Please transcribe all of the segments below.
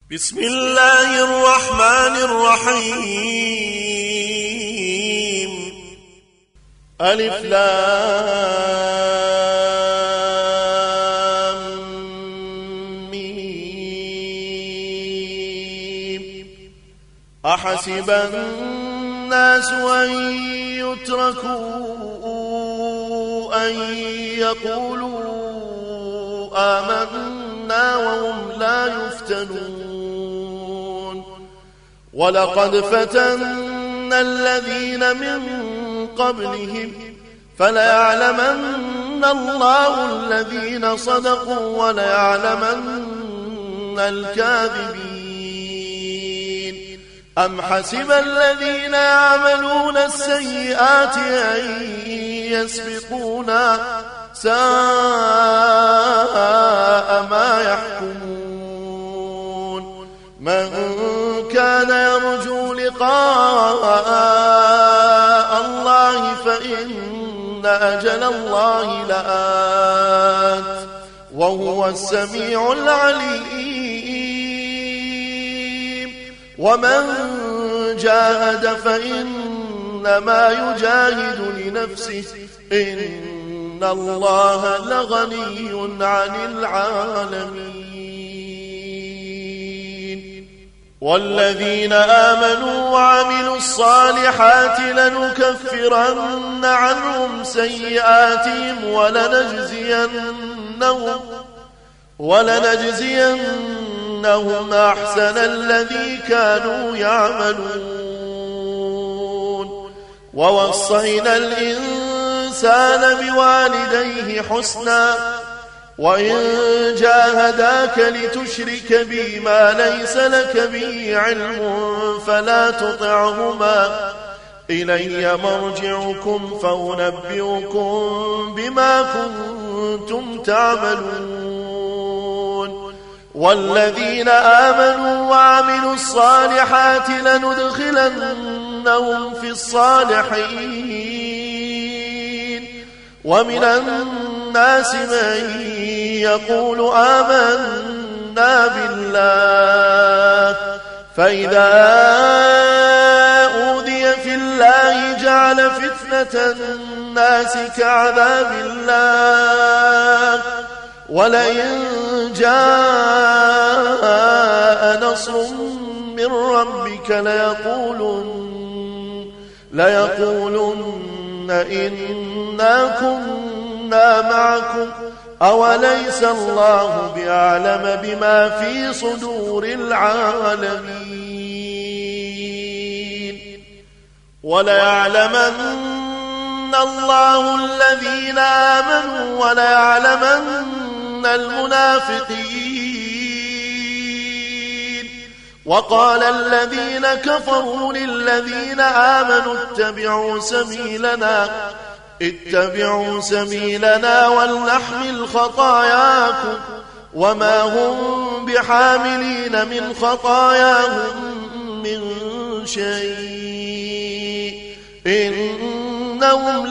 بسم الله الرحمن الرحيم. ألف لام ميم. أحسب الناس أن يتركوا أن يقولوا آمنا وهم لا يفتنون. ولقد فتنا الذين من قبلهم فليعلمن الله الذين صدقوا وليعلمن الكاذبين. أم حسب الذين يعملون السيئات أن يسبقونا ساء ما يحكمون. من كان يرجو لقاء الله فإن أجل الله لآت وهو السميع العليم. ومن جاهد فإنما يجاهد لنفسه إن الله لغني عن العالمين. والذين آمنوا وعملوا الصالحات لنكفرن عنهم سيئاتهم ولنجزينهم أحسن الذي كانوا يعملون. ووصينا الإنسان بوالديه حسنا وإن جاهداك لتشرك بي ما ليس لك به علم فلا تطعهما إلي مرجعكم فأنبئكم بما كنتم تعملون. والذين آمنوا وعملوا الصالحات لندخلنهم في الصالحين. ومن الناس من يقول آمنا بالله فإذا أوذي في الله جعل فتنة الناس كعذاب الله. ولئن جاء نصر من ربك ليقولن إنا كنا معكم أوليس الله بأعلم بما في صدور العالمين. وليعلمن الله الذين آمنوا وليعلمن المنافقين. وقال الذين كفروا للذين آمنوا اتبعوا سبيلنا ولنحمل خطاياكم وما هم بحاملين من خطاياهم من شيء إنهم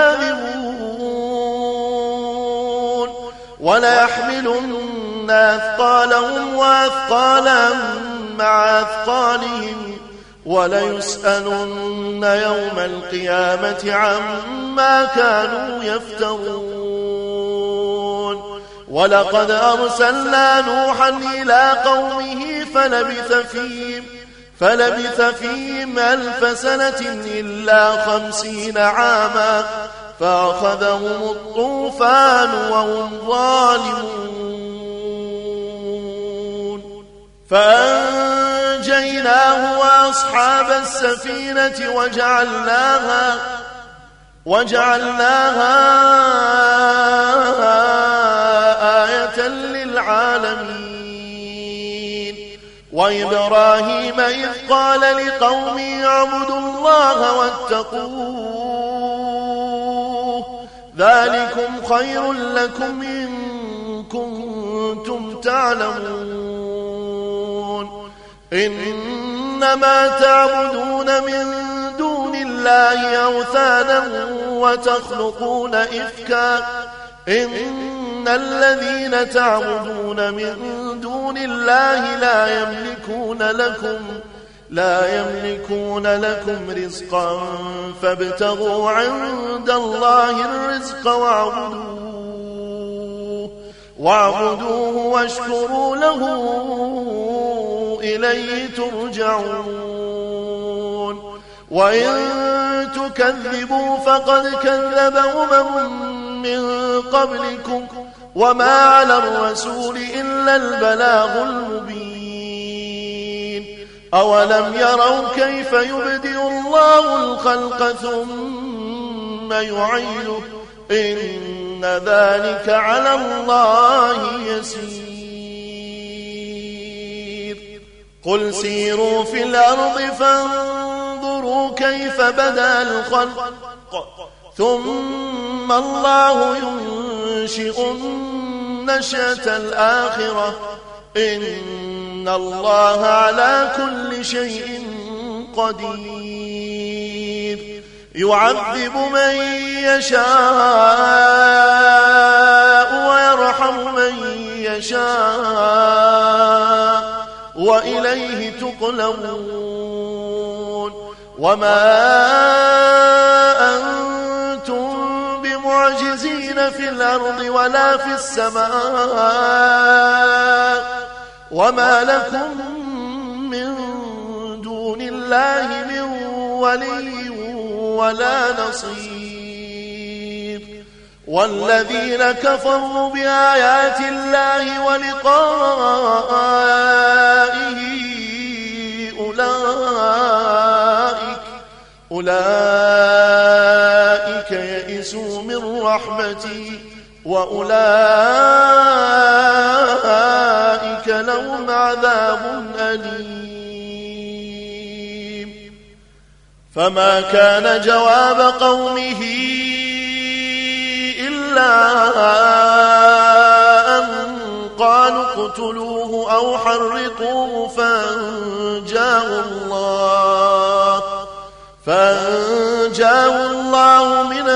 لكاذبون. وليحملن أثقالهم وأثقالا مع أثقالهم وليسألن يوم القيامة عما كانوا يفترون. ولقد أرسلنا نوحا إلى قومه فلبث فيهم 1000 سنة إلا 50 عاما فأخذهم الطوفان وهم ظالمون. فأنجيناه وأصحاب السفينة وجعلناها آية للعالمين. وإبراهيم إذ قال لقومه اعبدوا الله واتقوه ذلكم خير لكم إن كنتم تعلمون. إنما تعبدون من دون الله أوثانا وتخلقون إفكا إن الذين تعبدون من دون دون الله لا يملكون لكم رزقا فابتغوا عند الله الرزق واعبدوه واشكروا له إليه ترجعون وإن تكذبوا فقد كذب من قبلكم وما على الرسول إلا البلاغ المبين أولم يروا كيف يبدئ الله الخلق ثم يعيده إن ذلك على الله يسير قل سيروا في الأرض فانظروا كيف بدأ الخلق ثم الله ينشئ النشأة الآخرة إن الله على كل شيء قدير يعذب من يشاء ويرحم من يشاء وإليه تقلبون وما أنتم بمعجزين في الأرض ولا في السماء وما لكم من دون الله من ولي ولا نصير والذين كفروا بآيات الله ولقائه أولئك يئسوا من رحمتي وأولئك لهم عذاب أليم فما كان جواب قومه إلا أن قالوا اقتلوه أو حرقوه فأنجاه الله من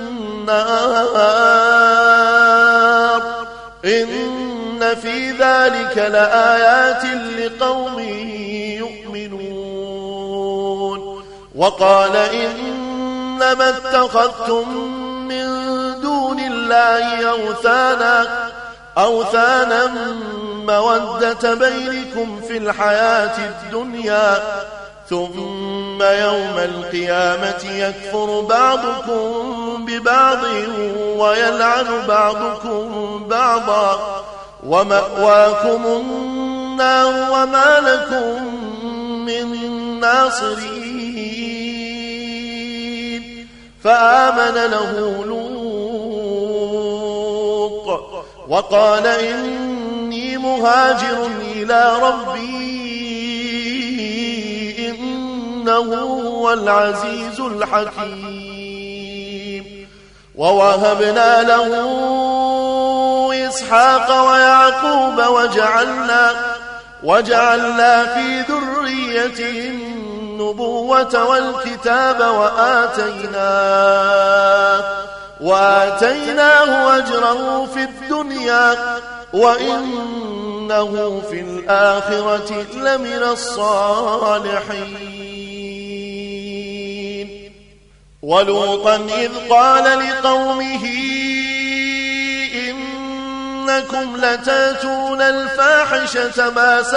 النار إن في ذلك لآيات لقوم يؤمنون وقال إنما اتخذتم من دون الله أوثانا مودة بينكم في الحياة الدنيا ثم يوم القيامة يكفر بعضكم ببعض ويلعن بعضكم بعضا ومأواكم النار وما لكم من ناصرين فآمن له لوط وقال إني مهاجر إلى ربي إنه هو العزيز الحكيم ووهبنا له إسحاق ويعقوب وجعلنا في ذريته النبوة والكتاب وآتيناه أجره في الدنيا وإنه في الآخرة لمن الصالحين ولوطا إذ قال لقومه إنكم لتاتون الفاحشة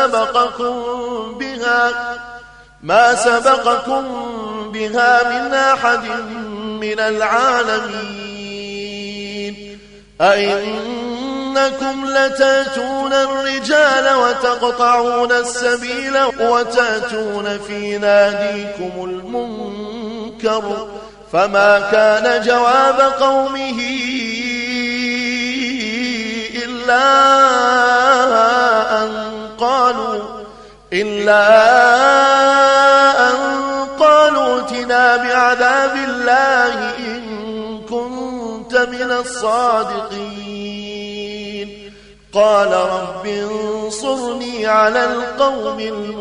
ما سبقكم بها من أحد من العالمين أئنكم لتاتون الرجال وتقطعون السبيل وتاتون في ناديكم المنكر فما كان جواب قومه إلا أن قالوا ائتنا بعذاب الله إن كنت من الصادقين قال رب انصرني على القوم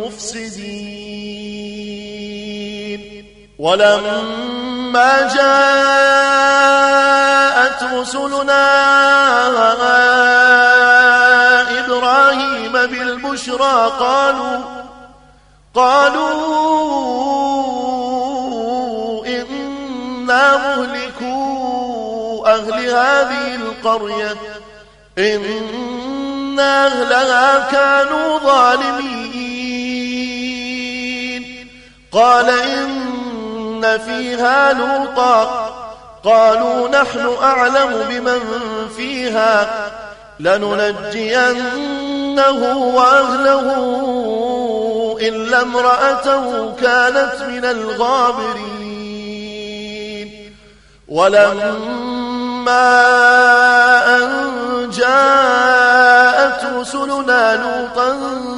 المفسدين ولما جاءت رسلنا إبراهيم بالبشرى قالوا إنا مهلكو أهل هذه القرية إن أهلها كانوا ظالمين. قال إن فيها لوطا قالوا نحن أعلم بمن فيها لننجينه وأهله إلا امرأته كانت من الغابرين. ولما أن جاءت رسلنا لوطا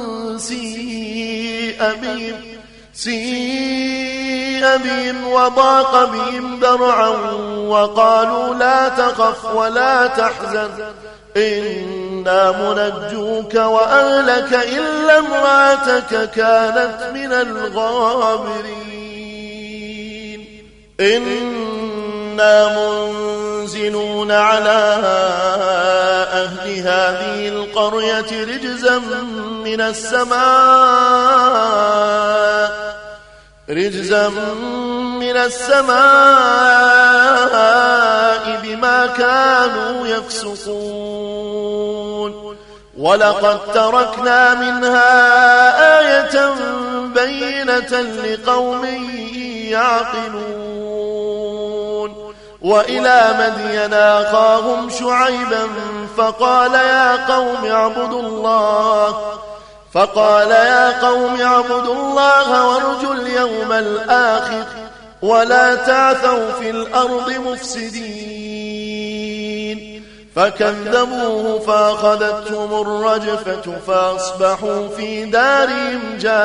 سيء بهم وضاق بهم ذرعا وقالوا لا تخف ولا تحزن إنا منجوك وأهلك إلا امرأتك كانت من الغابرين. إنا منزلون على أهل هذه القرية رجزا من السماء بما كانوا يفسقون. ولقد تركنا منها آية بينة لقوم يعقلون. وإلى مدين أخاهم شعيبا فقال يا قوم اعبدوا الله وارجوا اليوم الآخر ولا تعثوا في الأرض مفسدين. فكذبوه فأخذتهم الرجفة فأصبحوا في دارهم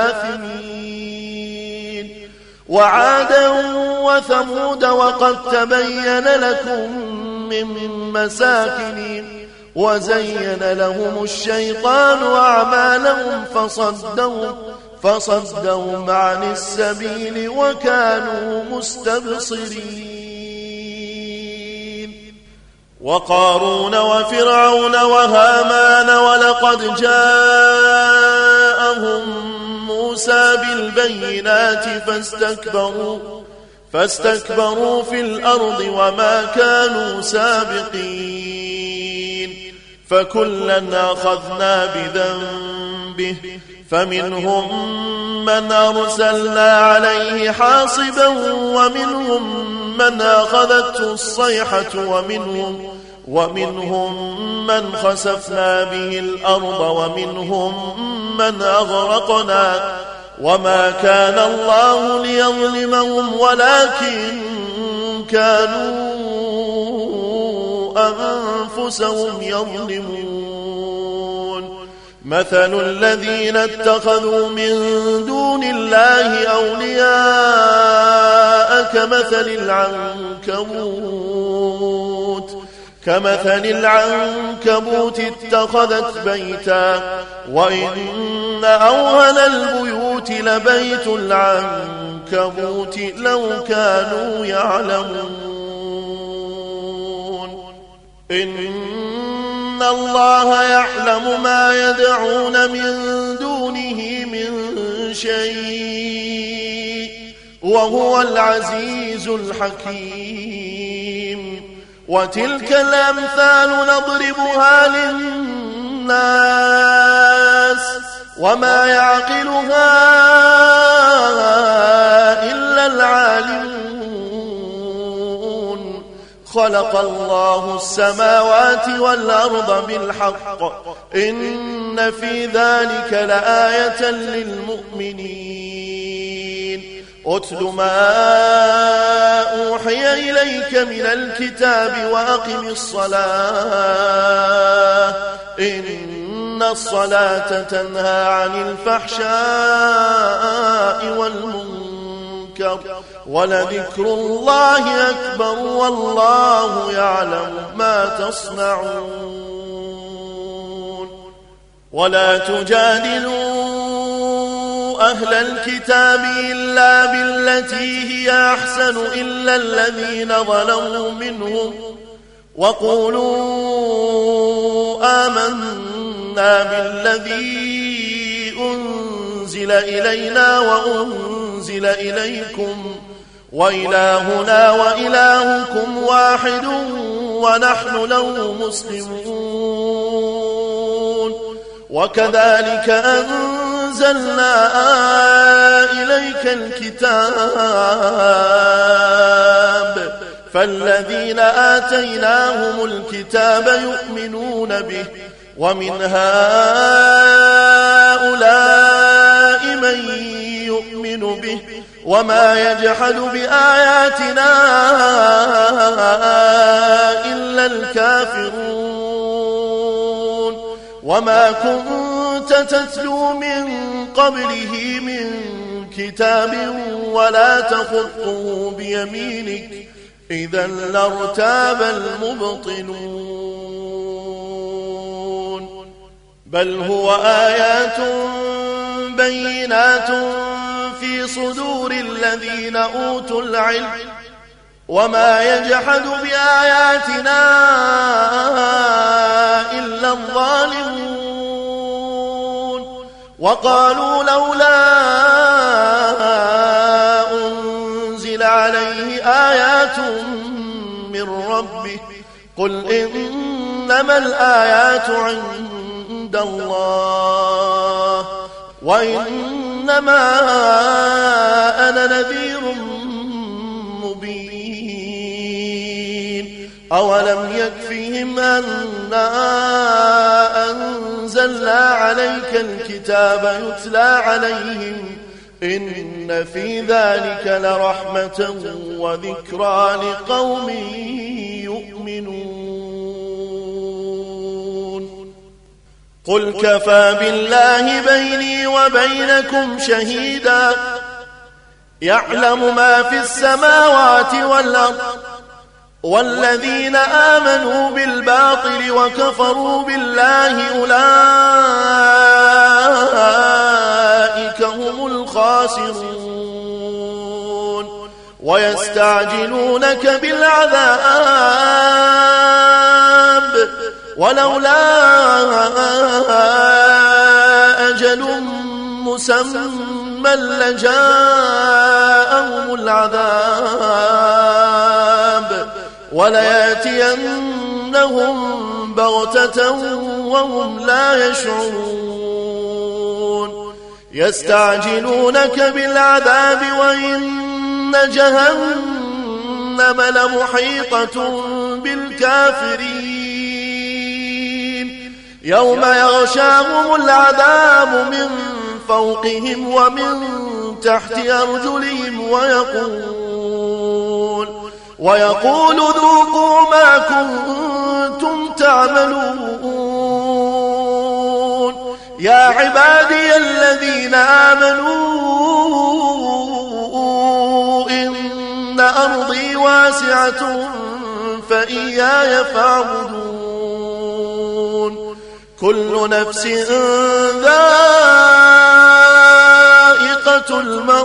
جاثمين. وعادا وثمود وقد تبين لكم من مساكنهم وزين لهم الشيطان أعمالهم فصدهم عن السبيل وكانوا مستبصرين. وقارون وفرعون وهامان ولقد جاءهم موسى بالبينات فاستكبروا في الأرض وما كانوا سابقين. فكلا أخذنا بذنبه فمنهم من أرسلنا عليه حاصبا ومنهم من أخذته الصيحة ومنهم من خسفنا به الأرض ومنهم من أغرقنا. وما كان الله ليظلمهم ولكن كانوا أنفسهم يظلمون. مثل الذين اتخذوا من دون الله أولياء كمثل العنكبوت اتخذت بيتا وإن أوهن البيوت لبيت العنكبوت لو كانوا يعلمون. إن الله يعلم ما يدعون من دونه من شيء وهو العزيز الحكيم. وتلك الأمثال نضربها للناس وما يعقلها إلا العالمون. خلق الله السماوات والأرض بالحق إن في ذلك لآية للمؤمنين. أتل ما أوحي إليك من الكتاب وأقم الصلاة إن الصلاة تنهى عن الفحشاء والمنكر ولذكر الله أكبر والله يعلم ما تصنعون. ولا تجادلوا أهل الكتاب إلا بالتي هي أحسن إلا الذين ظلموا منهم وقولوا آمنا بالذي أنزل إلينا وأنزل إليكم وإلهنا وإلهكم واحد ونحن له مسلمون وكذلك أنزلنا إليك الكتاب فالذين آتيناهم الكتاب يؤمنون به ومن هؤلاء من يؤمن به وما يجحد بآياتنا إلا الكافرون وما كنت تتلو من قبله من كتاب ولا تخطه بيمينك إذا لارتاب المبطلون بل هو آيات بينات في صدور الذين أوتوا العلم وما يجحد بآياتنا إلا الظالمون وقالوا لولا أنزل عليه آيات من ربه قل إنما الآيات عند الله وإنما أنا نذير مبين أولم يكفهم أنا أنزلنا عليك الكتاب يتلى عليهم إن في ذلك لرحمة وذكرى لقوم يؤمنون قل كفى بالله بيني وبينكم شهيدا يعلم ما في السماوات والأرض والذين آمنوا بالباطل وكفروا بالله أولئك هم الخاسرون ويستعجلونك بالعذاب ولولا أجل مسمى لجاءهم العذاب ولياتينهم بغتة وهم لا يشعرون يستعجلونك بالعذاب وإن جهنم لمحيطة بالكافرين يوم يغشاهم العذاب من فوقهم ومن تحت أرجلهم ويقول ذوقوا ما كنتم تعملون يا عبادي الذين آمنوا إن أرضي واسعة فإياي فاعبدون كل نفس ذائقة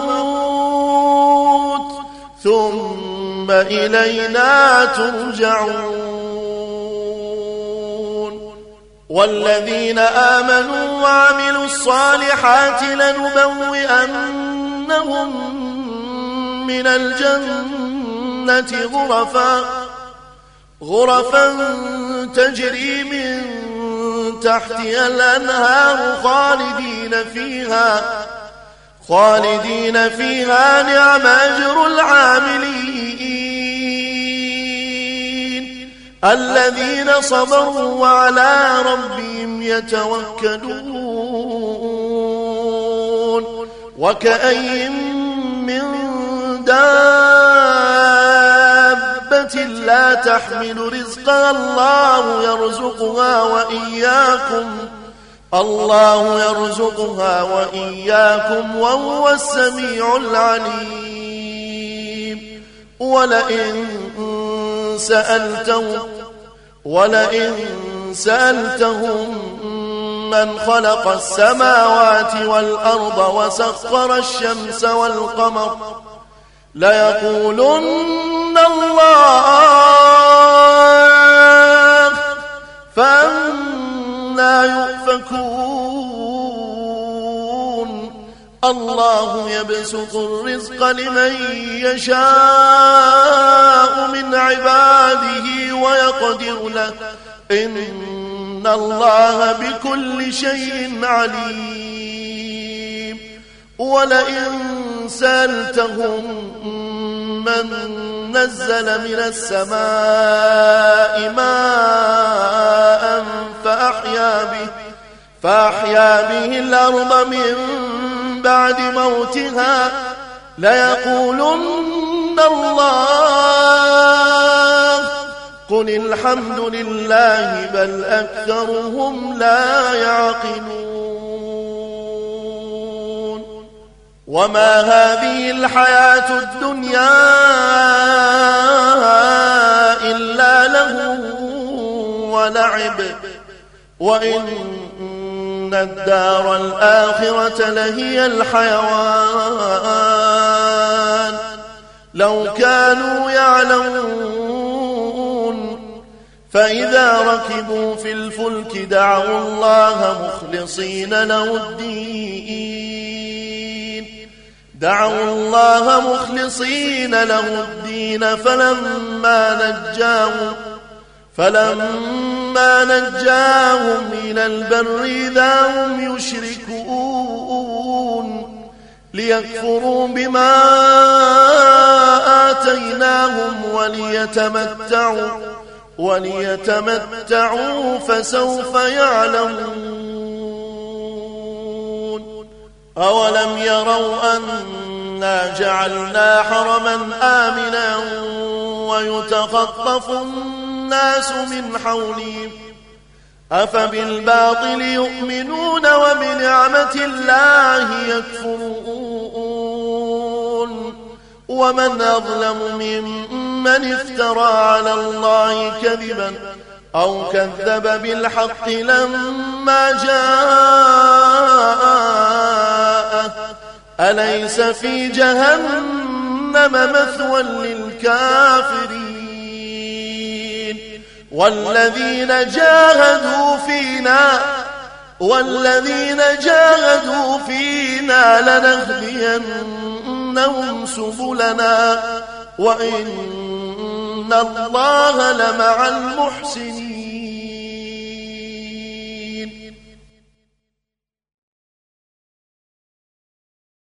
الموت ثم إلينا ترجعون والذين آمنوا وعملوا الصالحات لنبوئنهم من الجنة غرفا تجري من تحتها الأنهار خالدين فيها نعم أجر العاملين الذين صبروا وعلى ربهم يتوكلون وكأين من دابة لا تحمل رزقها الله يرزقها وإياكم وهو السميع العليم ولئن سألتهم من خلق السماوات والأرض وسخر الشمس والقمر ليقولن الله فأنا عنا يؤفكون. الله يبسط الرزق لمن يشاء من عباده ويقدر له إن الله بكل شيء عليم. ولئن سألتهم من نزل من السماء ماء فأحيا به الأرض من بعد موتها ليقولن الله قل الحمد لله بل أكثرهم لا يعقلون. وما هذه الحياة الدنيا إلا لهو ولعب وإن الدار الآخرة لهي الحيوان لو كانوا يعلمون. فإذا ركبوا في الفلك دعوا الله مخلصين له الدين فلما نجاهم إلى البر إذا هم يشركون ليكفروا بما آتيناهم وليتمتعوا فسوف يعلمون. أولم يروا أنا جعلنا حرما آمنا ويتخطف الناس من حولهم أفبالباطل يؤمنون وبنعمة الله يكفرون. ومن أظلم ممن افترى على الله كذبا أو كذب بالحق لما جاءه أليس في جهنم مثوى للكافرين. والذين جاهدوا فينا لنهدينهم سبلنا وإن الله لمع المحسنين.